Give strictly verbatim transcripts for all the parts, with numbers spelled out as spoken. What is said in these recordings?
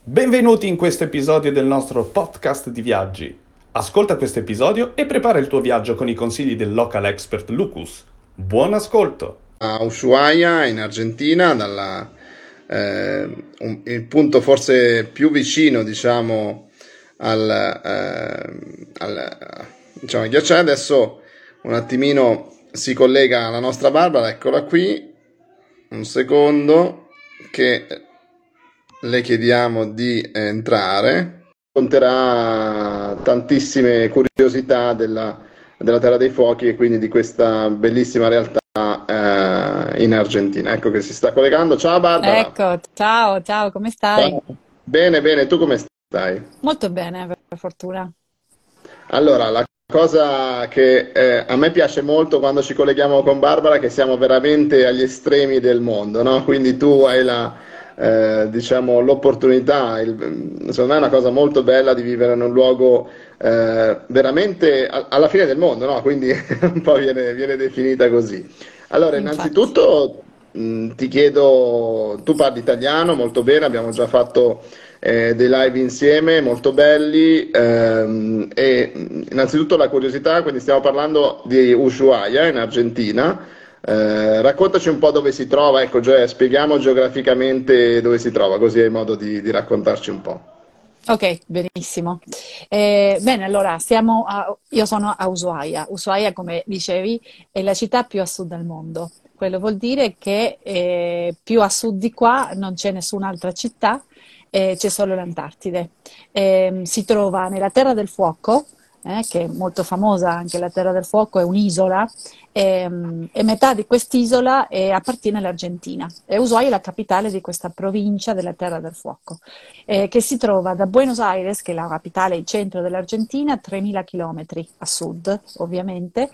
Benvenuti in questo episodio del nostro podcast di viaggi. Ascolta questo episodio e prepara il tuo viaggio con i consigli del local expert Lucas. Buon ascolto! A Ushuaia in Argentina, dalla, eh, un- il punto forse più vicino, diciamo, al, eh, al, diciamo, al ghiacciaio. Adesso un attimino si collega la nostra Barbara, eccola qui, un secondo, che le chiediamo di entrare. Racconterà tantissime curiosità della, della Terra dei Fuochi e quindi di questa bellissima realtà eh, in Argentina. Ecco che si sta collegando. Ciao Barbara. Ecco, ciao, ciao, come stai? Ciao. Bene, bene, tu come stai? Molto bene, per fortuna. Allora, la cosa che eh, a me piace molto quando ci colleghiamo con Barbara è che siamo veramente agli estremi del mondo, no? Quindi tu hai la, eh, diciamo, l'opportunità, il- secondo me è una cosa molto bella di vivere in un luogo eh, veramente a- alla fine del mondo, no? Quindi un po' viene, viene definita così. Allora, Infatti. innanzitutto mh, ti chiedo, tu parli italiano molto bene, abbiamo già fatto eh, dei live insieme molto belli ehm, e mh, innanzitutto la curiosità, quindi stiamo parlando di Ushuaia in Argentina. Eh, raccontaci un po' dove si trova, ecco, cioè, spieghiamo geograficamente dove si trova, così hai modo di, di raccontarci un po'. Ok, benissimo. Eh, bene, allora, siamo a- io sono a Ushuaia. Ushuaia, come dicevi, è la città più a sud del mondo. Quello vuol dire che eh, più a sud di qua non c'è nessun'altra città, eh, c'è solo l'Antartide. Ehm, si trova nella Terra del Fuoco, eh, che è molto famosa, anche la Terra del Fuoco è un'isola, ehm, e metà di quest'isola eh, appartiene all'Argentina. E Ushuaia è la capitale di questa provincia della Terra del Fuoco, eh, che si trova da Buenos Aires, che è la capitale, il centro dell'Argentina, a tremila chilometri a sud, ovviamente,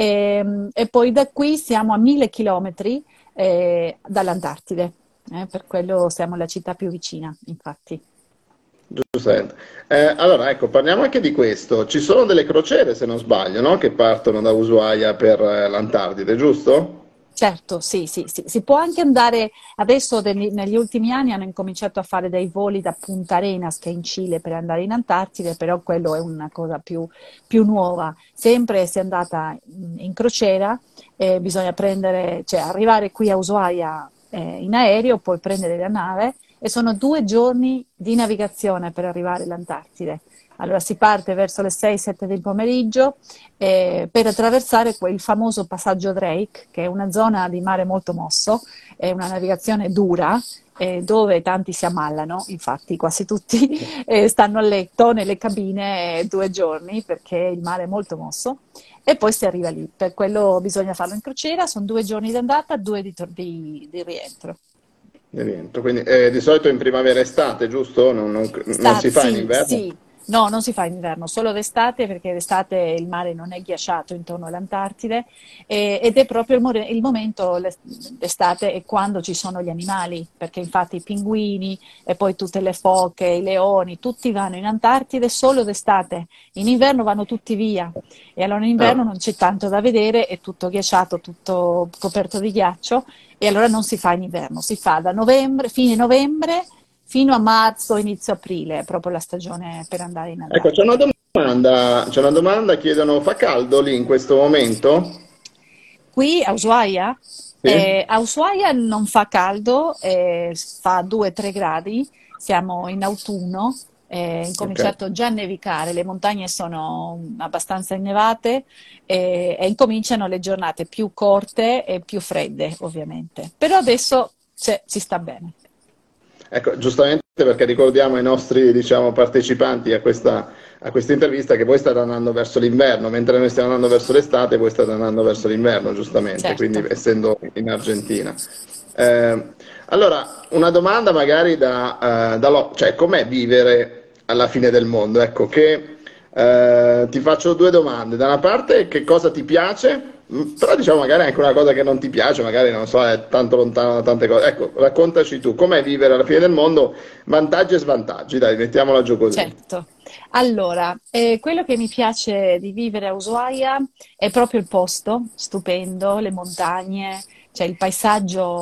e, e poi da qui siamo a mille chilometri eh, dall'Antartide, eh, per quello siamo la città più vicina, infatti. Giustamente. Eh, allora, ecco, parliamo anche di questo. Ci sono delle crociere, se non sbaglio, no? Che partono da Ushuaia per eh, l'Antartide, giusto? Certo, sì, sì, sì. Si può anche andare, adesso negli negli ultimi anni hanno incominciato a fare dei voli da Punta Arenas, che è in Cile, per andare in Antartide, però quello è una cosa più, più nuova. Sempre si è andata in in crociera, eh, bisogna prendere, cioè arrivare qui a Ushuaia eh, in aereo, poi prendere la nave e sono due giorni di navigazione per arrivare all'Antartide. Allora si parte verso le sei sette del pomeriggio eh, per attraversare quel famoso passaggio Drake, che è una zona di mare molto mosso, è una navigazione dura, eh, dove tanti si ammallano, infatti quasi tutti eh, stanno a letto nelle cabine eh, due giorni perché il mare è molto mosso e poi si arriva lì. Per quello bisogna farlo in crociera, sono due giorni di andata, due di, tor- di- di rientro. Di rientro. Quindi, eh, di solito in primavera e estate, giusto? Non, non- non Sta, si fa in sì, inverno? sì, no, non si fa in inverno, solo d'estate perché d'estate il mare non è ghiacciato intorno all'Antartide e- ed è proprio il, more- il momento, l'es- d'estate, è quando ci sono gli animali, perché infatti i pinguini e poi tutte le foche, i leoni, tutti vanno in Antartide solo d'estate, in inverno vanno tutti via e allora in inverno Ah, non c'è tanto da vedere, è tutto ghiacciato, tutto coperto di ghiaccio e allora non si fa in inverno, si fa da novembre, fine novembre fino a marzo, inizio aprile, è proprio la stagione per andare in ecco, c'è una Antartide. domanda, c'è una domanda, chiedono, fa caldo lì in questo momento? Qui a Ushuaia, Sì? eh, a Ushuaia non fa caldo, eh, fa due tre gradi, siamo in autunno, è Ok. incominciato già a nevicare, le montagne sono abbastanza innevate eh, e incominciano le giornate più corte e più fredde, ovviamente. Però adesso cioè, si sta bene. Ecco, giustamente perché ricordiamo ai nostri, diciamo, partecipanti a questa, a questa intervista che voi state andando verso l'inverno, mentre noi stiamo andando verso l'estate, voi state andando verso l'inverno, giustamente, quindi Certo. essendo in Argentina. Eh, allora, una domanda magari da, eh, da lo- cioè, com'è vivere alla fine del mondo? Ecco, che eh, ti faccio due domande. Da una parte, che cosa ti piace? Mm, Però diciamo magari anche una cosa che non ti piace, magari non so, è tanto lontano da tante cose. Ecco, raccontaci tu, com'è vivere alla fine del mondo, vantaggi e svantaggi, dai, mettiamola giù così. Certo. Allora, eh, quello che mi piace di vivere a Ushuaia è proprio il posto, stupendo, le montagne, cioè il paesaggio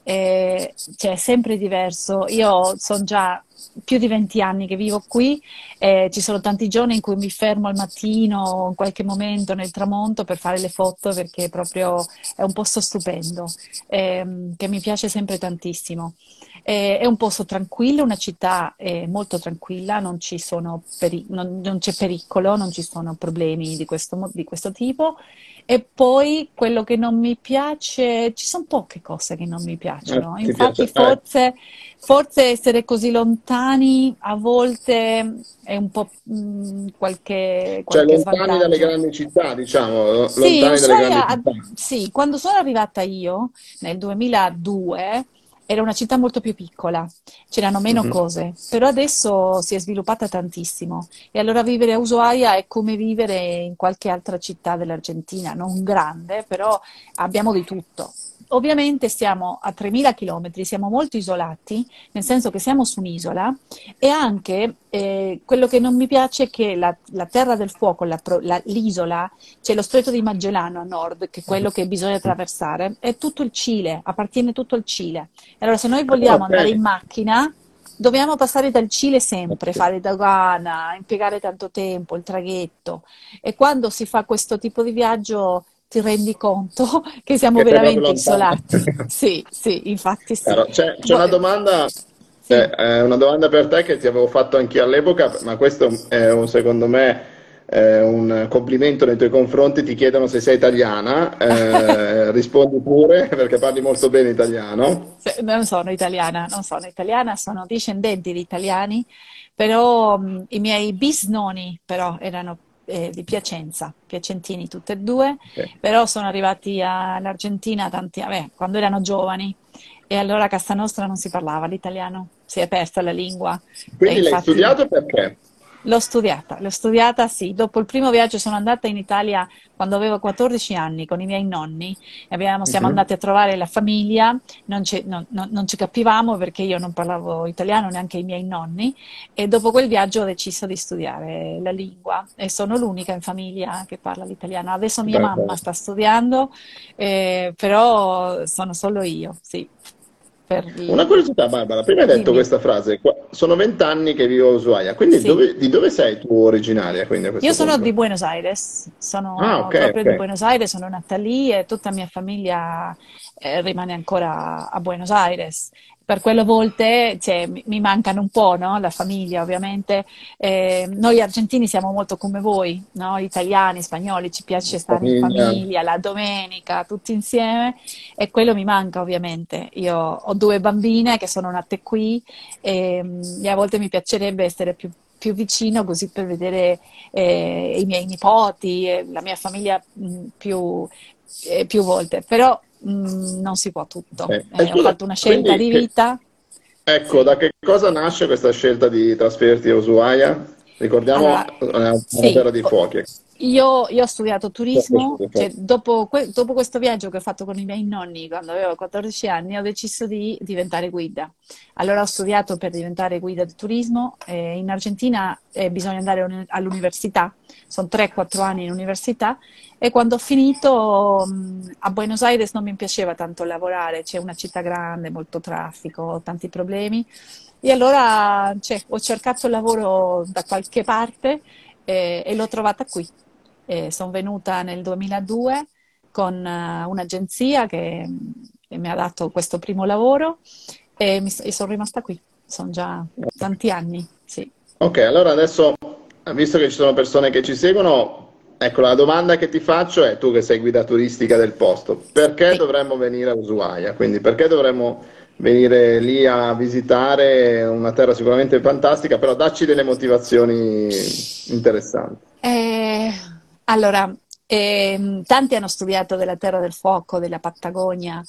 eh, cioè, è sempre diverso. Io sono già più di venti anni che vivo qui, eh, ci sono tanti giorni in cui mi fermo al mattino, in qualche momento nel tramonto per fare le foto perché proprio è un posto stupendo, ehm, che mi piace sempre tantissimo. Eh, è un posto tranquillo, una città eh, molto tranquilla, non ci sono peri- non, non c'è pericolo, non ci sono problemi di questo, mo- di questo tipo. E poi quello che non mi piace, ci sono poche cose che non mi Eh, piacciono, ti infatti piace? Eh, forse, forse essere così lontani a volte è un po' mh, qualche, cioè qualche lontani dalle svantaggio. grandi città, diciamo, lo- Sì, lontani dalle grandi Ushuaia, ah, città. sì, quando sono arrivata io nel duemiladue era una città molto più piccola, c'erano meno Mhm. cose, però adesso si è sviluppata tantissimo e allora vivere a Ushuaia è come vivere in qualche altra città dell'Argentina, non grande, però abbiamo di tutto. Ovviamente stiamo a tremila chilometri, siamo molto isolati, nel senso che siamo su un'isola e anche eh, quello che non mi piace è che la, la Terra del Fuoco, la pro- la- l'isola, c'è lo Stretto di Magellano a nord, che è quello che bisogna attraversare, è tutto il Cile, appartiene tutto al Cile. E allora se noi Ah, vogliamo ok. andare in macchina, dobbiamo passare dal Cile sempre, fare dogana, impiegare tanto tempo, il traghetto. E quando si fa questo tipo di viaggio ti rendi conto che siamo Che sei proprio veramente lontano. isolati. Sì, sì, infatti sì. Chiaro. C'è c'è una Vo- domanda, eh, sì. eh, una domanda per te che ti avevo fatto anch'io all'epoca, ma questo è un, secondo me è un complimento nei tuoi confronti. Ti chiedono se sei italiana, eh, rispondi pure perché parli molto bene italiano. Se- Non sono italiana, non sono italiana, sono discendenti di italiani, però mh, i miei bisnoni però erano eh, di Piacenza, piacentini tutti e due, Ok. però sono arrivati all'Argentina tanti, vabbè, quando erano giovani e allora a casa nostra non si parlava l'italiano, si è persa la lingua e Quindi l'hai infatti studiato perché? l'ho studiata, l'ho studiata sì. Dopo il primo viaggio sono andata in Italia quando avevo quattordici anni con i miei nonni. E abbiamo- siamo Mhm. andati a trovare la famiglia, non ci, non- non- non ci capivamo perché io non parlavo italiano, neanche i miei nonni. E dopo quel viaggio ho deciso di studiare la lingua e sono l'unica in famiglia che parla l'italiano. Adesso mia Beh, mamma sta studiando, eh, però sono solo io, sì. Per una il- curiosità, Barbara, prima hai detto Dimmi. questa frase, qua- sono vent'anni che vivo a Ushuaia, quindi Sì. dove- di dove sei tu originaria, quindi a Io questo sono di punto? Buenos Aires, Ah, sono ok, proprio ok. di Buenos Aires, sono nata lì e tutta mia famiglia eh, rimane ancora a Buenos Aires. Per quelle volte cioè, mi, mi mancano un po', no? La famiglia, ovviamente. Eh, noi argentini siamo molto come voi, no? Italiani, spagnoli, ci piace stare in Famiglia. famiglia, la domenica, tutti insieme e quello mi manca ovviamente. Io ho due bambine che sono nate qui e, mm, e a volte mi piacerebbe essere più più vicino così per vedere eh, i miei nipoti, e la mia famiglia mh, più, eh, più volte, però mh, non si può tutto. Eh, e Eh, ho scusa, fatto una scelta quindi di che- vita, ecco, sì. da che cosa nasce questa scelta di trasferirti a Ushuaia? Ricordiamo, Allora, eh, una sì, terra di ho- fuochi. io, io ho studiato turismo, Di cioè fuochi. dopo, que- dopo questo viaggio che ho fatto con i miei nonni quando avevo quattordici anni, ho deciso di diventare guida. Allora ho studiato per diventare guida di turismo. Eh, in Argentina eh, bisogna andare uni- all'università, sono tre quattro anni in università e quando ho finito mh, a Buenos Aires non mi piaceva tanto lavorare, c'è una città grande, molto traffico, tanti problemi. E allora cioè, ho cercato lavoro da qualche parte eh, e l'ho trovata qui. Eh, sono venuta nel duemiladue con eh, un'agenzia che, che mi ha dato questo primo lavoro e, mi, e sono rimasta qui. Sono già tanti anni, sì. Ok, allora adesso, visto che ci sono persone che ci seguono, ecco, la domanda che ti faccio è, tu che sei guida turistica del posto, perché Sì. dovremmo venire a Ushuaia? Quindi perché dovremmo venire lì a visitare una terra sicuramente fantastica, però dacci delle motivazioni interessanti. Eh, allora, ehm, tanti hanno studiato della Terra del Fuoco, della Patagonia,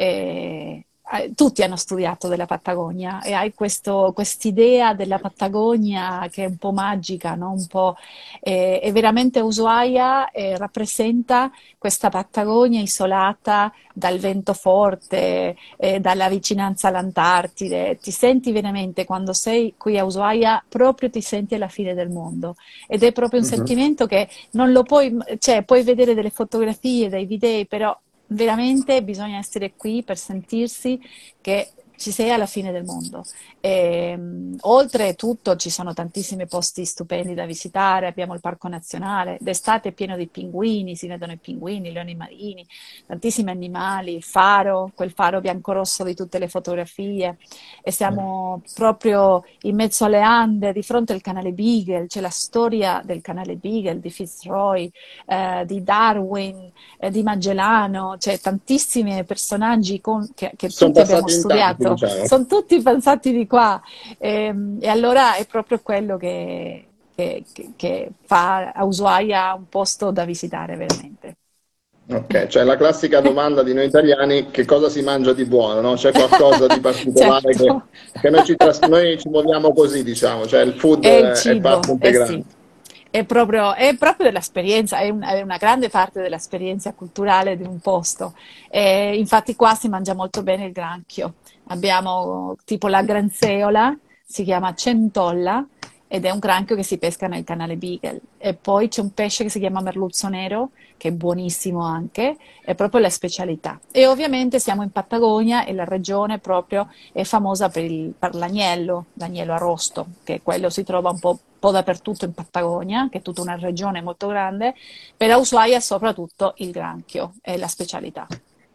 eh, eh, tutti hanno studiato della Patagonia e hai questo, quest'idea della Patagonia che è un po' magica, no? Un po', eh, e veramente Ushuaia eh, rappresenta questa Patagonia isolata dal vento forte, eh, dalla vicinanza all'Antartide. Ti senti veramente, quando sei qui a Ushuaia, proprio ti senti alla fine del mondo ed è proprio un Mhm. sentimento che non lo puoi, cioè puoi vedere delle fotografie, dei video, però veramente bisogna essere qui per sentirsi che ci sei alla fine del mondo. E, mh, oltretutto ci sono tantissimi posti stupendi da visitare, abbiamo il Parco Nazionale, d'estate è pieno di pinguini, si vedono i pinguini, i leoni marini, tantissimi animali, il faro, quel faro biancorosso di tutte le fotografie, e siamo proprio in mezzo alle Ande, di fronte al canale Beagle, c'è la storia del canale Beagle, di Fitzroy, eh, di Darwin, eh, di Magellano, c'è tantissimi personaggi con- che, che Sono tutti abbiamo passati in tanti, studiato, diciamo. sono tutti pensati di qua. Ehm, E, allora è proprio quello che, che- che- che fa a Ushuaia un posto da visitare veramente. Ok, cioè la classica domanda di noi italiani, che cosa si mangia di buono, no? C'è qualcosa di particolare che, Certo. che noi, ci tras- noi ci muoviamo così, diciamo, cioè il food È il è, è cibo, parte eh sì, integrante. è proprio, è proprio dell'esperienza, è, un- è una grande parte dell'esperienza culturale di un posto. E infatti qua si mangia molto bene il granchio. Abbiamo tipo la granzeola, si chiama centolla, ed è un granchio che si pesca nel canale Beagle. E poi c'è un pesce che si chiama merluzzo nero, che è buonissimo anche, è proprio la specialità. E ovviamente siamo in Patagonia e la regione proprio è famosa per, il- per l'agnello, l'agnello arrosto, che quello si trova un po', un po' dappertutto in Patagonia, che è tutta una regione molto grande, per Ushuaia soprattutto il granchio è la specialità.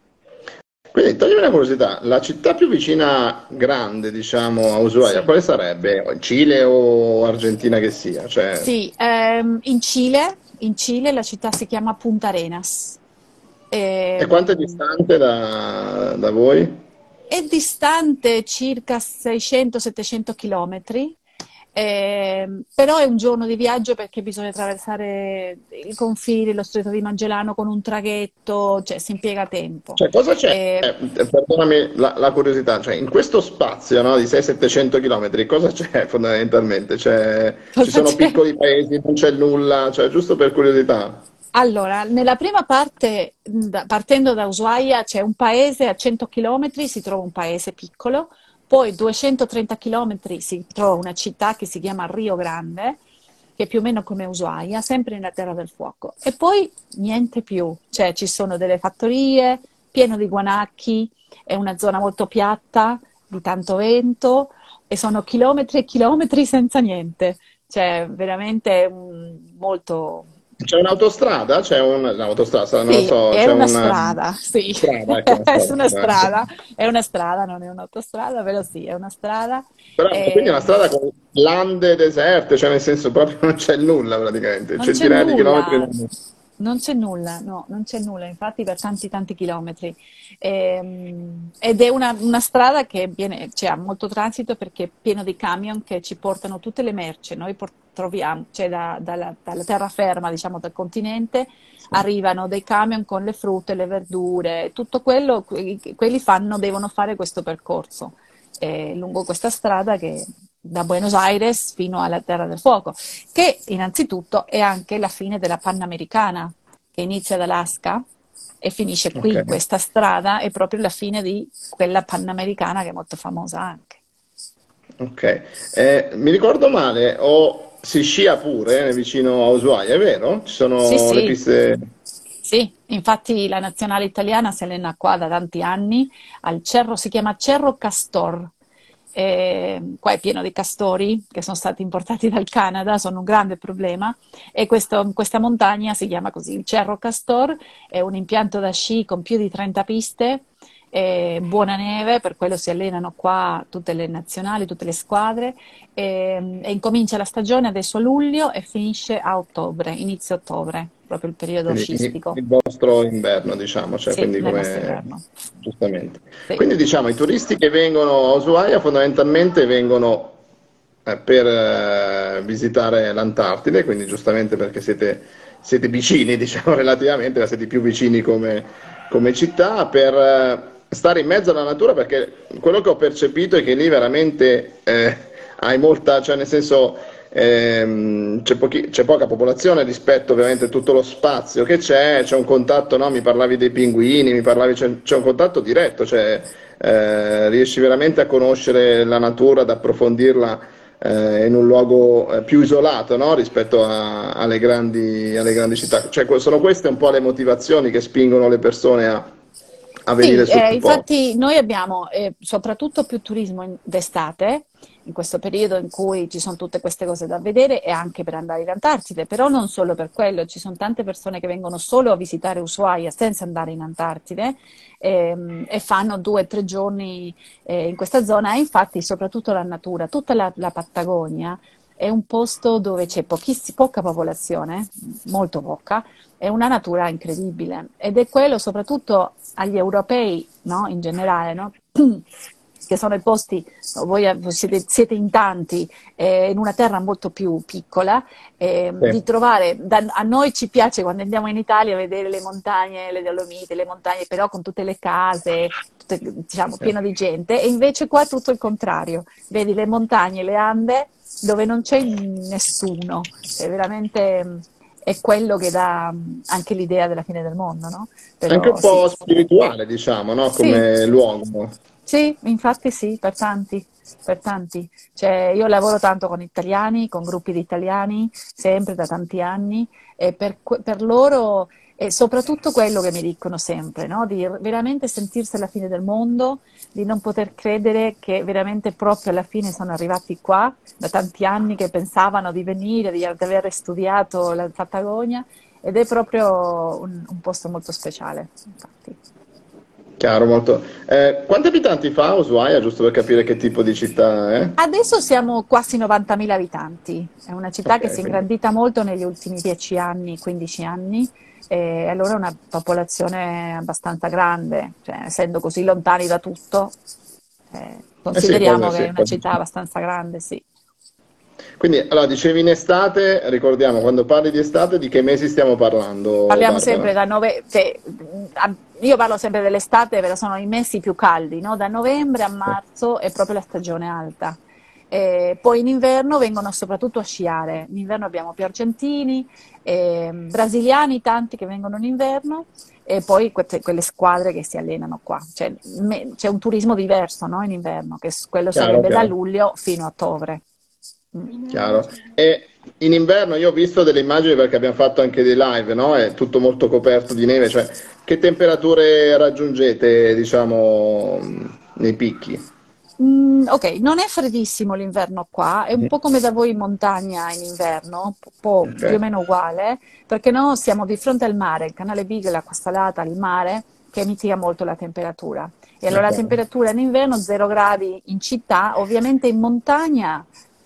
Quindi, toglimi una curiosità, la città più vicina grande, diciamo, a Ushuaia, Sì. quale sarebbe? Cile o Argentina che sia? Cioè, Sì, ehm, in Cile, in Cile la città si chiama Punta Arenas. e quanto è Ehm, distante da, da voi? È distante circa seicento settecento chilometri, ehm, però è un giorno di viaggio perché bisogna attraversare il confine, lo Stretto di Magellano con un traghetto, cioè si impiega tempo. Cioè, cosa c'è? Eh, Eh, perdonami la, la curiosità, cioè, in questo spazio, no, di seicento settecento km, cosa c'è fondamentalmente? Cioè, ci Cosa sono c'è? piccoli paesi, non c'è nulla, cioè, giusto per curiosità. Allora, nella prima parte, da- partendo da Ushuaia, c'è un paese a cento chilometri, si trova un paese piccolo, poi duecentotrenta chilometri si trova una città che si chiama Rio Grande, che è più o meno come Ushuaia, sempre nella Terra del Fuoco. E poi niente più, cioè ci sono delle fattorie, pieno di guanacchi, è una zona molto piatta, di tanto vento, e sono chilometri e chilometri senza niente, cioè veramente mm, molto. C'è un'autostrada? C'è un... L'autostrada, non lo Sì, so, è c'è una una strada, sì, strada, ecco, una è strada. una Ecco. strada, è una strada, non è un'autostrada, però sì, è una strada. Però quindi è una E strada con lande deserte, cioè nel senso proprio non c'è nulla praticamente, non c'è centinaia di chilometri. nulla, non- non c'è nulla, no, non c'è nulla, infatti per tanti tanti chilometri. Ehm, ed è una, una strada che viene, cioè, ha molto transito perché è pieno di camion che ci portano tutte le merci. Noi por- troviamo, cioè da- dalla, dalla terraferma, diciamo dal continente, arrivano dei camion con le frutte, le verdure, tutto quello, que- quelli fanno, devono fare questo percorso eh, lungo questa strada che da Buenos Aires fino alla Terra del Fuoco, che innanzitutto è anche la fine della Panamericana, che inizia ad Alaska e finisce qui Ok. in questa strada, è proprio la fine di quella Panamericana che è molto famosa anche. Ok, Eh, mi ricordo male, o si scia pure eh, vicino a Ushuaia, è vero? Ci Sì, sono le sì, piste. sì, infatti la nazionale italiana si allena qua da tanti anni al Cerro, si chiama Cerro Castor. E qua è pieno di castori che sono stati importati dal Canada, sono un grande problema e questo- questa montagna si chiama così, il Cerro Castor, è un impianto da sci con più di trenta piste, e buona neve, per quello si allenano qua tutte le nazionali, tutte le squadre e, e incomincia la stagione adesso a luglio e finisce a ottobre, inizio ottobre, proprio il periodo Quindi il sciistico. il vostro inverno, diciamo, cioè, Sì, quindi nel nostro come inverno. giustamente. Sì. Quindi diciamo, i turisti che vengono a Ushuaia fondamentalmente vengono eh, per eh, visitare l'Antartide, quindi giustamente perché siete, siete vicini, diciamo, relativamente, ma siete più vicini come, come città, per eh, stare in mezzo alla natura, perché quello che ho percepito è che lì veramente eh, hai molta, cioè nel senso ehm, c'è, pochi- c'è poca popolazione rispetto ovviamente a tutto lo spazio che c'è, c'è un contatto, no? Mi parlavi dei pinguini, mi parlavi, c'è, c'è un contatto diretto, cioè eh, riesci veramente a conoscere la natura, ad approfondirla eh, in un luogo eh, più isolato, no? Rispetto a- alle grandi, alle grandi città. Cioè, que- sono queste un po' le motivazioni che spingono le persone a, a Sì, venire sul eh, posto. infatti noi abbiamo eh, soprattutto più turismo in- d'estate, in questo periodo in cui ci sono tutte queste cose da vedere e anche per andare in Antartide, però non solo per quello, ci sono tante persone che vengono solo a visitare Ushuaia senza andare in Antartide ehm, e fanno due o tre giorni eh, in questa zona e infatti soprattutto la natura, tutta la, la Patagonia è un posto dove c'è pochiss- poca popolazione, molto poca, è una natura incredibile ed è quello soprattutto agli europei, no? In generale, no? Che sono i posti, voi siete, siete in tanti, eh, in una terra molto più piccola, eh, di Sì. trovare, da- a noi ci piace quando andiamo in Italia vedere le montagne, le Dolomiti, le montagne però con tutte le case, tutte, diciamo, pieno di gente, e invece qua è tutto il contrario, vedi le montagne, le Ande, dove non c'è nessuno, è veramente è quello che dà anche l'idea della fine del mondo, no? Anche Però un sì, po' spirituale, diciamo, no? sì, Come luogo. sì, infatti sì, per tanti, per tanti. Cioè, io lavoro tanto con italiani, con gruppi di italiani, sempre da tanti anni, e per, que- per loro è soprattutto quello che mi dicono sempre, no? Di veramente sentirsi alla fine del mondo, di non poter credere che veramente proprio alla fine sono arrivati qua, da tanti anni che pensavano di venire, di, di aver studiato la Patagonia, ed è proprio un, un posto molto speciale, infatti. Chiaro, molto. Eh, quanti abitanti fa Ushuaia, giusto per capire che tipo di città è? Adesso siamo quasi novantamila abitanti, è una città che Ok, si è quindi. ingrandita molto negli ultimi dieci anni, quindici anni, e allora è una popolazione abbastanza grande, cioè, essendo così lontani da tutto, eh, Eh sì, quasi, consideriamo che è sì, una quasi. città abbastanza grande, sì. Quindi, allora, dicevi in estate, ricordiamo, quando parli di estate, di che mesi stiamo parlando, Parliamo Barbara? sempre da nove, cioè, a- io parlo sempre dell'estate perché sono i mesi più caldi, no? Da novembre a marzo è proprio la stagione alta. Eh, poi in inverno vengono soprattutto a sciare. In inverno abbiamo più argentini, eh, brasiliani tanti che vengono in inverno e poi que- quelle squadre che si allenano qua. Cioè, me- c'è un turismo diverso, no? In inverno, che s- quello Chiaro, sarebbe da chiaro. luglio fino a ottobre. Mm. Chiaro. E in inverno io ho visto delle immagini perché abbiamo fatto anche dei live, no? È tutto molto coperto di neve, cioè che temperature raggiungete, diciamo, nei picchi? Mm, ok, non è freddissimo l'inverno qua, è un po' come da voi in montagna in inverno, un po' Ok, più o meno uguale, perché noi siamo di fronte al mare, il canale Beagle, l'acqua salata, il mare, che mitiga molto la temperatura. E allora la d'accordo. temperatura in inverno zero gradi in città, ovviamente in montagna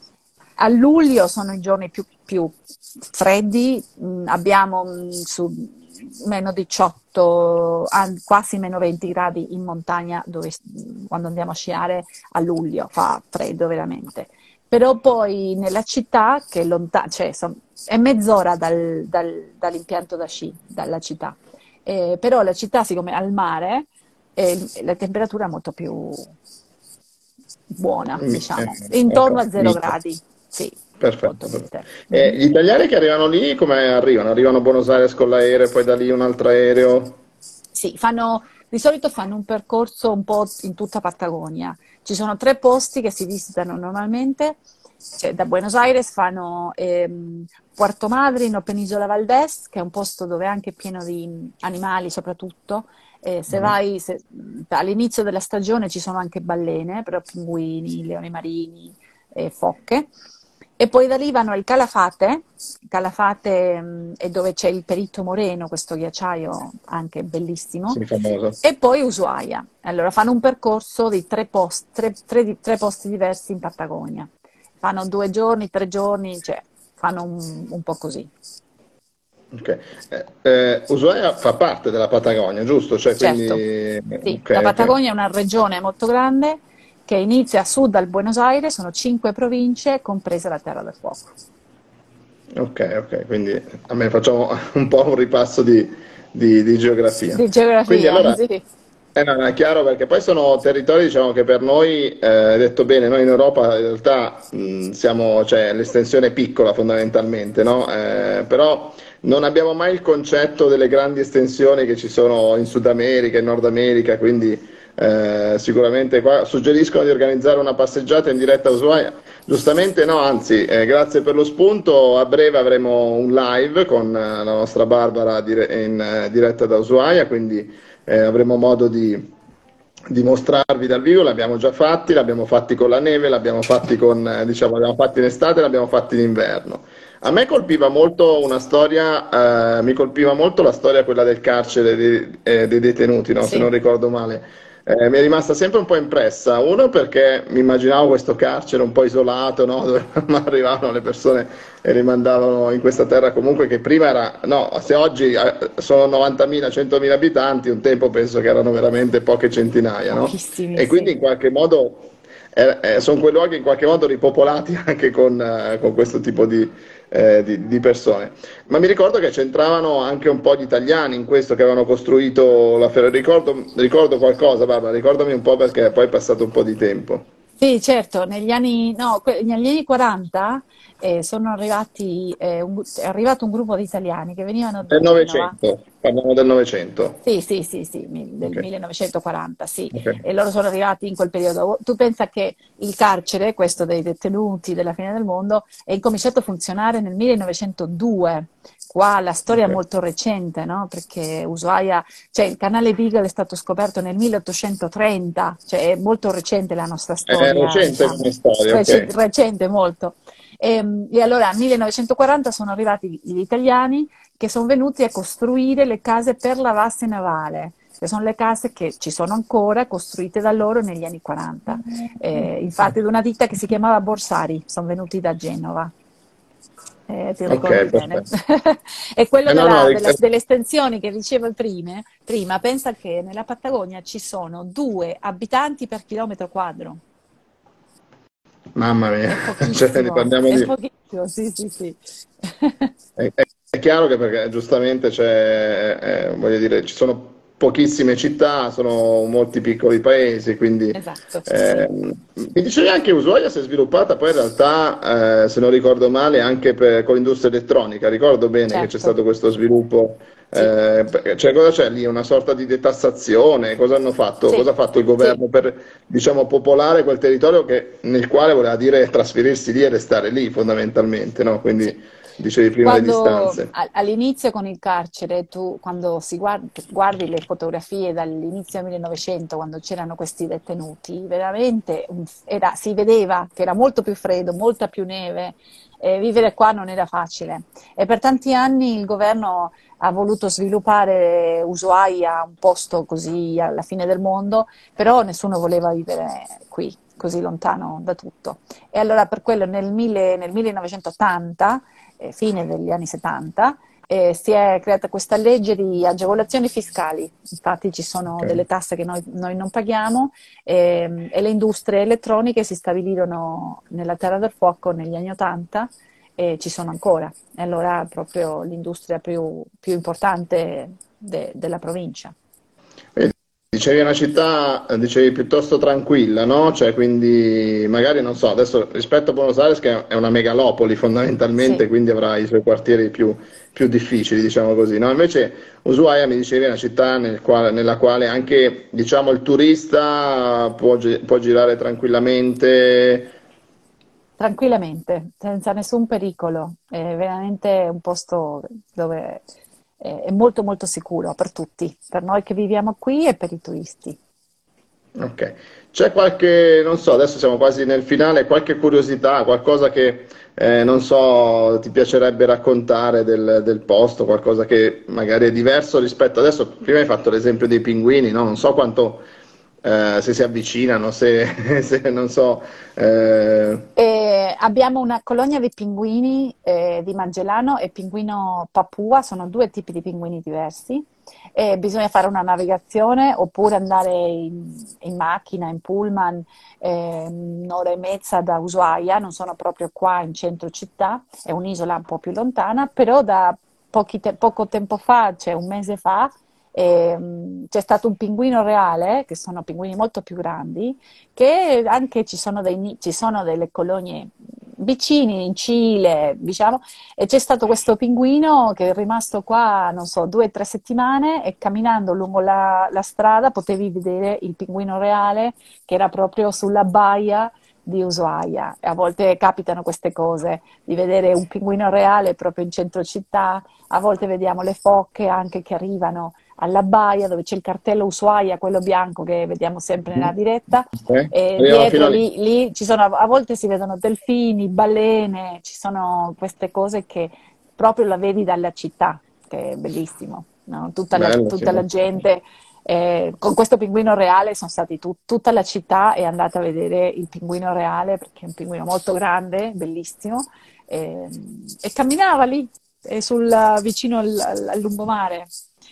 a luglio sono i giorni più, più freddi, mm, abbiamo mm, su meno diciotto, an- quasi meno venti gradi in montagna dove, mm, quando andiamo a sciare a luglio, fa freddo veramente. Però poi nella città, che è lontana, cioè son- è mezz'ora dal- dal- dall'impianto da sci, dalla città. Eh, però la città, siccome è al mare, eh, la temperatura è molto più buona, Mi- eh, diciamo, intorno ok, a zero mite. gradi, sì, molto Perfetto, perfetto. mite. E Mhm. gli italiani che arrivano lì, come arrivano? Arrivano a Buenos Aires con l'aereo, poi da lì un altro aereo? Sì, fanno, di solito fanno un percorso un po' in tutta Patagonia. Ci sono tre posti che si visitano normalmente. Cioè, da Buenos Aires fanno ehm, Puerto Madryn o Penisola Valdés, che è un posto dove è anche pieno di animali soprattutto. Eh, se Mhm. vai se- all'inizio della stagione ci sono anche balene, però pinguini, leoni marini, e foche. E poi da lì vanno al Calafate. Calafate mh, è dove c'è il Perito Moreno, questo ghiacciaio anche bellissimo, Sì, famoso. e poi Ushuaia. Allora fanno un percorso di tre, post- tre- tre di- tre posti diversi in Patagonia. Fanno due giorni, tre giorni, cioè fanno un, un po' così. Ok. Eh, eh, Ushuaia fa parte della Patagonia, giusto? Cioè, Certo, quindi. sì, la Ok, ok. Patagonia è una regione molto grande che inizia a sud dal Buenos Aires, sono cinque province, compresa la Terra del Fuoco. Ok, ok, quindi a me facciamo un po' un ripasso di, di- di geografia. Di Quindi geografia, allora, sì. eh, no, no, è chiaro perché poi sono territori, diciamo che per noi, eh, hai detto bene, noi in Europa in realtà mh, siamo, cioè l'estensione è piccola fondamentalmente, no? Eh, però non abbiamo mai il concetto delle grandi estensioni che ci sono in Sud America, in Nord America, quindi Eh, sicuramente qua suggeriscono di organizzare una passeggiata in diretta a Ushuaia. Giustamente no, anzi, eh, grazie per lo spunto. A breve avremo un live con eh, la nostra Barbara dire- in eh, diretta da Ushuaia, quindi eh, avremo modo di di mostrarvi dal vivo. L'abbiamo già fatti, l'abbiamo fatti con la neve, l'abbiamo fatti con, eh, diciamo, l'abbiamo fatti in estate, l'abbiamo fatti in inverno. A me colpiva molto una storia, eh, mi colpiva molto la storia quella del carcere dei, eh, dei detenuti, no? Se non Sì. ricordo male. Eh, mi è rimasta sempre un po' impressa, uno perché mi immaginavo questo carcere un po' isolato, no? Dove arrivavano le persone e li mandavano in questa terra comunque che prima era, no, se oggi eh, sono novantamila, centomila abitanti, un tempo penso che erano veramente poche centinaia, no? Pochissimi, E quindi sì. in qualche modo eh, eh, sono quei luoghi in qualche modo ripopolati anche con, eh, con questo tipo di, eh, di- di persone. Ma mi ricordo che c'entravano anche un po' di italiani in questo che avevano costruito la ferrovia. Ricordo, ricordo qualcosa, Barbara, ricordami un po' perché poi è passato un po' di tempo. Sì, certo, negli anni, no, que- negli anni quaranta eh, sono arrivati, eh, un- è arrivato un gruppo di italiani che venivano da Del Genova. Novecento, parliamo del Novecento. Sì, sì, sì, sì, mi- del Ok, millenovecentoquaranta, sì, ok, e loro sono arrivati in quel periodo. Tu pensa che il carcere, questo dei detenuti della fine del mondo, è incominciato a funzionare nel millenovecentodue. Qua la storia è ok. molto recente, no? Perché Ushuaia, cioè il canale Beagle è stato scoperto nel milleottocentotrenta, cioè è molto recente la nostra È storia, recente come diciamo, storia, Rece- ok. recente molto. E, e allora nel millenovecentoquaranta sono arrivati gli italiani che sono venuti a costruire le case per la vasca navale, che sono le case che ci sono ancora, costruite da loro negli anni quaranta. Eh, infatti, ad una ditta che si chiamava Borsari, sono venuti da Genova. Eh, ti Ok, ricordi bene? perfetto. E quello Eh, no, no, della- della- ric- delle estensioni che dicevo prima, prima, pensa che nella Patagonia ci sono due abitanti per chilometro quadro. mamma mia, È cioè, ne pochissimo, parliamo è di... pochissimo, sì, sì, sì. È, è- è chiaro che perché giustamente c'è, eh, voglio dire, ci sono pochissime città, sono molti piccoli paesi, quindi Esatto, sì, ehm, mi dicevi anche Ushuaia si è sviluppata poi in realtà, eh, se non ricordo male, anche per- con l'industria elettronica. Ricordo bene che c'è certo, stato questo sviluppo. sì, Eh, beh, cioè, cosa c'è lì? Una sorta di detassazione? Cosa hanno fatto? sì, Cosa ha fatto il sì. governo per, diciamo, popolare quel territorio che- nel quale voleva dire trasferirsi lì e restare lì fondamentalmente, no? Sì. Quindi dicevi prima le Quando distanze. a- all'inizio con il carcere, tu quando si guardi, guardi le fotografie dall'inizio del millenovecento, quando c'erano questi detenuti, veramente un- era- si vedeva che era molto più freddo, molta più neve, e vivere qua non era facile. E per tanti anni il governo ha voluto sviluppare Ushuaia, un posto così alla fine del mondo, però nessuno voleva vivere qui, così lontano da tutto. E allora per quello nel, mille- nel millenovecentottanta, eh, fine degli anni settanta, eh, si è creata questa legge di agevolazioni fiscali. Infatti ci sono Ok. delle tasse che noi, noi non paghiamo, ehm, e le industrie elettroniche si stabilirono nella Terra del Fuoco negli anni ottanta e ci sono ancora. E allora è proprio l'industria più, più importante de- della provincia. Vedi, dicevi una città, eh, dicevi piuttosto tranquilla, no? Cioè, quindi magari non so, adesso rispetto a Buenos Aires, che è una megalopoli Sì. fondamentalmente, quindi avrà i suoi quartieri più, più difficili, diciamo così, no? Invece Ushuaia mi dicevi è una città nel quale- nella quale anche, diciamo, il turista può, gi- può girare tranquillamente. Tranquillamente, senza nessun pericolo, è veramente un posto dove eh, è molto molto sicuro per tutti, per noi che viviamo qui e per i turisti. Ok, c'è qualche, non so, adesso siamo quasi nel finale, qualche curiosità, qualcosa che, eh, non so, ti piacerebbe raccontare del, del posto, qualcosa che magari è diverso rispetto adesso, prima hai fatto l'esempio dei pinguini, no? Non so quanto, eh, se si avvicinano, se, se non so, eh, E abbiamo una colonia di pinguini eh, di Magellano e pinguino Papua, sono due tipi di pinguini diversi. E bisogna fare una navigazione oppure andare in, in macchina, in pullman, eh, un'ora e mezza da Ushuaia, non sono proprio qua in centro città, è un'isola un po' più lontana, però da pochi te- poco tempo fa, cioè un mese fa, ehm, c'è stato un pinguino reale, che sono pinguini molto più grandi, che anche ci sono, dei ni- ci sono delle colonie vicini in Cile, diciamo, e c'è stato questo pinguino che è rimasto qua, non so, due o tre settimane e camminando lungo la, la strada potevi vedere il pinguino reale che era proprio sulla baia di Ushuaia. E a volte capitano queste cose, di vedere un pinguino reale proprio in centro città, a volte vediamo le foche anche che arrivano alla baia dove c'è il cartello Ushuaia, quello bianco che vediamo sempre nella diretta, Ok. e Arriviamo fino dietro a lì. lì, lì ci sono, a volte si vedono delfini, balene, ci sono queste cose che proprio la vedi dalla città, che è bellissimo, no? Tutta la, Bello, sì. tutta la gente, eh, con questo pinguino reale sono stati tu- tutta la città è andata a vedere il pinguino reale perché è un pinguino molto grande, bellissimo, e, e camminava lì, eh, sul, vicino al, al- al lungomare.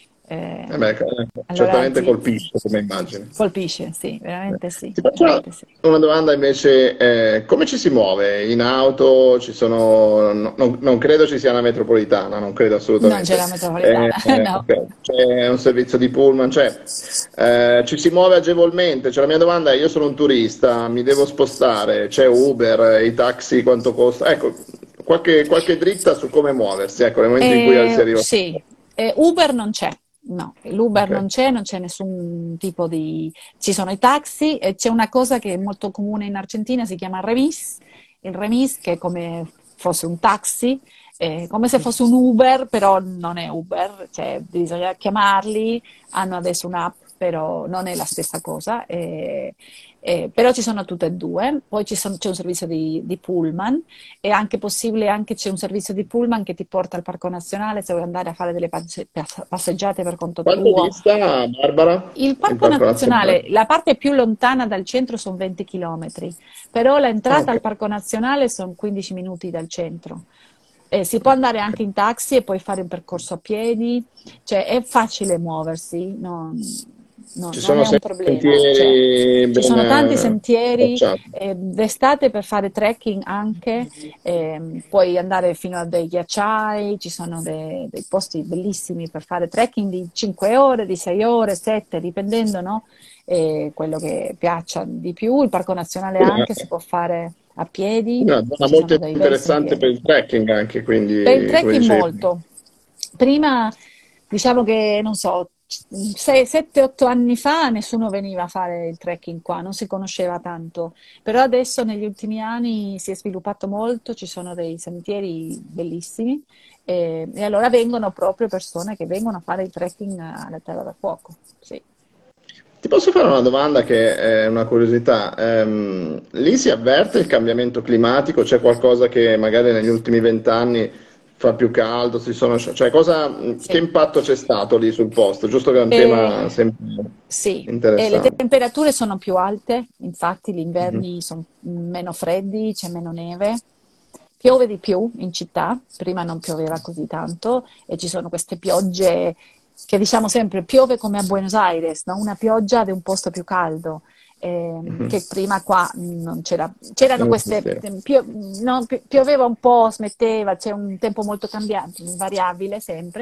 Eh, Eh beh, eh, allora certamente ti colpisce come immagine. colpisce, sì, veramente sì, Ti faccio veramente sì. una domanda invece, eh, come ci si muove? In auto ci sono, no- non, non credo ci sia una metropolitana, non credo Non c'è assolutamente. la Eh, metropolitana, eh, no. ok. C'è un servizio di pullman, cioè eh, ci si muove agevolmente. Cioè, la mia domanda è, io sono un turista, mi devo spostare, c'è Uber, eh, i taxi quanto costa? Ecco, qualche, qualche dritta su come muoversi, ecco, nel momento in cui si Eh, arriva. sì, Eh, Uber non c'è, no, l'Uber Ok. non c'è, non c'è nessun tipo di... Ci sono i taxi e c'è una cosa che è molto comune in Argentina, si chiama remis, il remis che è come fosse un taxi, eh, come se fosse un Uber, però non è Uber, cioè bisogna chiamarli, hanno adesso un'app, però non è la stessa cosa. eh, eh, però ci sono tutte e due, poi ci sono- c'è un servizio di, di pullman, è anche possibile, anche c'è un servizio di pullman che ti porta al Parco Nazionale se vuoi andare a fare delle passe- pass- passeggiate per conto Quanto tuo. dista, Barbara, Il il Parco Parco Nazionale? Nazionale, la parte più lontana dal centro sono venti chilometri, però Ah, l'entrata ok. al Parco Nazionale sono quindici minuti dal centro. Eh, si può andare anche in taxi e poi fare un percorso a piedi, cioè è facile muoversi, non, non- Ci non sono è un problema. Cioè, sentieri ci ben sono tanti eh, sentieri, tracciati. eh, d'estate per fare trekking anche, ehm, puoi andare fino a dei ghiacciai, ci sono de- dei posti bellissimi per fare trekking di cinque ore, di sei ore, sette, dipendendo, no? Eh, quello che piaccia di più. Il Parco Nazionale Quindi anche si è può fare a piedi, una zona ci molto sono dei bei interessante per sentieri. il trekking anche, Per il quindi, come trekking dicevi. molto. Prima, diciamo che, non so, sette otto anni fa nessuno veniva a fare il trekking qua, non si conosceva tanto, però adesso negli ultimi anni si è sviluppato molto, ci sono dei sentieri bellissimi e, e allora vengono proprio persone che vengono a fare il trekking alla Terra del Fuoco. Sì. Ti posso fare una domanda che è una curiosità? Ehm, lì si avverte il cambiamento climatico? C'è qualcosa che magari negli ultimi vent'anni fa più caldo? Si sono, cioè, cosa, che Sì. impatto c'è stato lì sul posto? Giusto che è un E, tema sempre sì, e le interessante. temperature sono più alte, infatti gli Mhm. inverni sono meno freddi, c'è meno neve, piove di più in città, prima non pioveva così tanto e ci sono queste piogge che diciamo sempre piove come a Buenos Aires, no? Una pioggia di un posto più caldo. ehm, Mhm. che prima qua non c'era, c'erano Non queste, esisteva. pio- no, pi- pioveva un po', smetteva, c'è un tempo molto cambiante, invariabile sempre,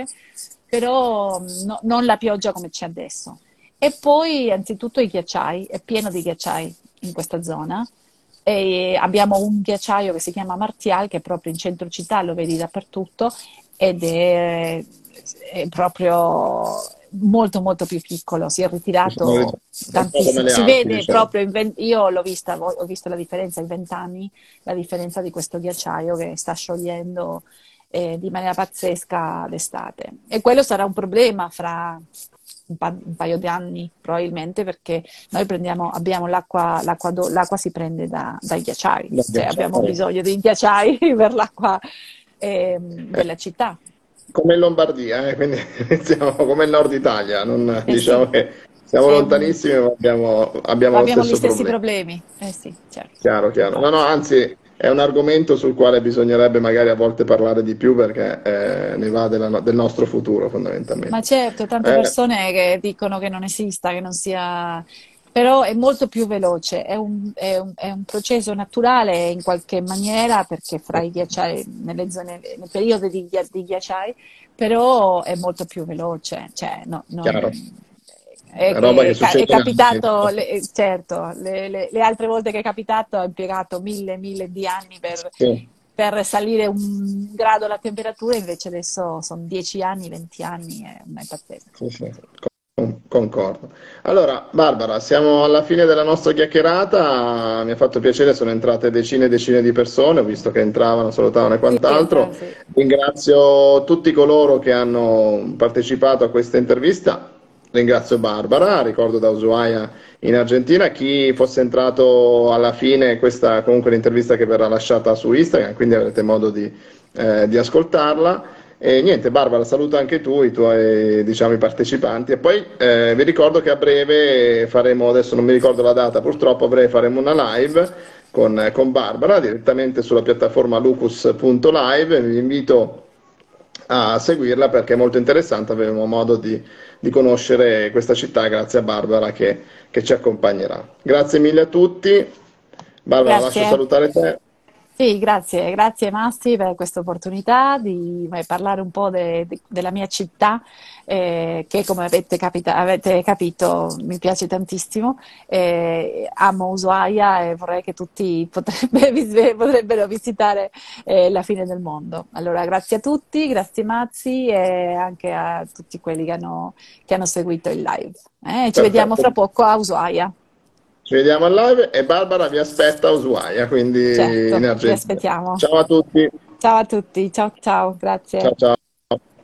però no- non la pioggia come c'è adesso. E poi, anzitutto, i ghiacciai, è pieno di ghiacciai in questa zona. E abbiamo un ghiacciaio che si chiama Martial, che è proprio in centro città, lo vedi dappertutto, ed è, è proprio molto molto più piccolo, si è Ci sono le- ritirato un po' come tantissimo. le Si Alpi, vede diciamo. proprio, in ven- io l'ho vista, ho visto la differenza in vent'anni, la differenza di questo ghiacciaio che sta sciogliendo eh, di maniera pazzesca d'estate. E quello sarà un problema fra un, pa- un paio di anni, probabilmente, perché noi prendiamo, abbiamo l'acqua, l'acqua, do- l'acqua si prende da- dai ghiacciai, Da cioè abbiamo ghiacciaio. bisogno di ghiacciai per l'acqua ehm, Eh, della città. come in Lombardia, eh, quindi siamo come il nord Italia, non- Eh sì, diciamo che siamo è un- lontanissimi, ma abbiamo, abbiamo lo abbiamo gli stesso stessi problema. problemi. Eh sì, certo, Chiaro, chiaro. No, no, infatti. anzi, è un argomento sul quale bisognerebbe magari a volte parlare di più perché eh, ne va della no- del nostro futuro, Ma fondamentalmente. certo, tante Eh, persone che dicono che non esista, che non sia, però è molto più veloce, è un, è un- è un processo naturale in qualche maniera perché fra i ghiacciai, nelle zone, nei periodi di, ghi- di ghiacciai, però è molto più veloce, cioè no, non- chiaro. è è roba che che ca- è succede anche. capitato, le- eh, certo, le, le- le altre volte che è capitato ho impiegato mille, mille di anni per, Sì. per salire un grado la temperatura, invece adesso sono dieci anni, venti anni, è, è pazzesco. Sì, sì, Sì. con- concordo. Allora, Barbara, siamo alla fine della nostra chiacchierata. Mi ha fatto piacere, sono entrate decine e decine di persone, ho visto che entravano, salutavano e Sì, quant'altro. entra- sì. Ringrazio tutti coloro che hanno partecipato a questa intervista. Ringrazio Barbara, ricordo da Ushuaia in Argentina. Chi fosse entrato alla fine, questa comunque è l'intervista che verrà lasciata su Instagram, quindi avrete modo di, eh, di ascoltarla. E niente, Barbara, saluta anche tu i tuoi, diciamo, i partecipanti. E poi eh, vi ricordo che a breve faremo, adesso non mi ricordo la data, purtroppo a breve faremo una live con, con Barbara direttamente sulla piattaforma lucus punto live. Vi invito a seguirla perché è molto interessante, avremo modo di, di conoscere questa città grazie a Barbara che, che ci accompagnerà. Grazie mille a tutti. Barbara, lascio Grazie. salutare te. Sì, grazie, grazie Masti per questa opportunità di eh, parlare un po' de- de- della mia città, eh, che come avete, capita- avete capito mi piace tantissimo. Eh, amo Ushuaia e vorrei che tutti potrebbe- vis- potrebbero visitare eh, la fine del mondo. Allora, grazie a tutti, grazie Mazzi e anche a tutti quelli che hanno, che hanno seguito il live. Eh, ci vediamo Perfetto. fra poco a Ushuaia. Ci vediamo al live e Barbara vi aspetta a Ushuaia, quindi in Certo, vi Argentina. aspettiamo. Ciao a tutti. Ciao a tutti, ciao ciao, Ciao grazie. ciao.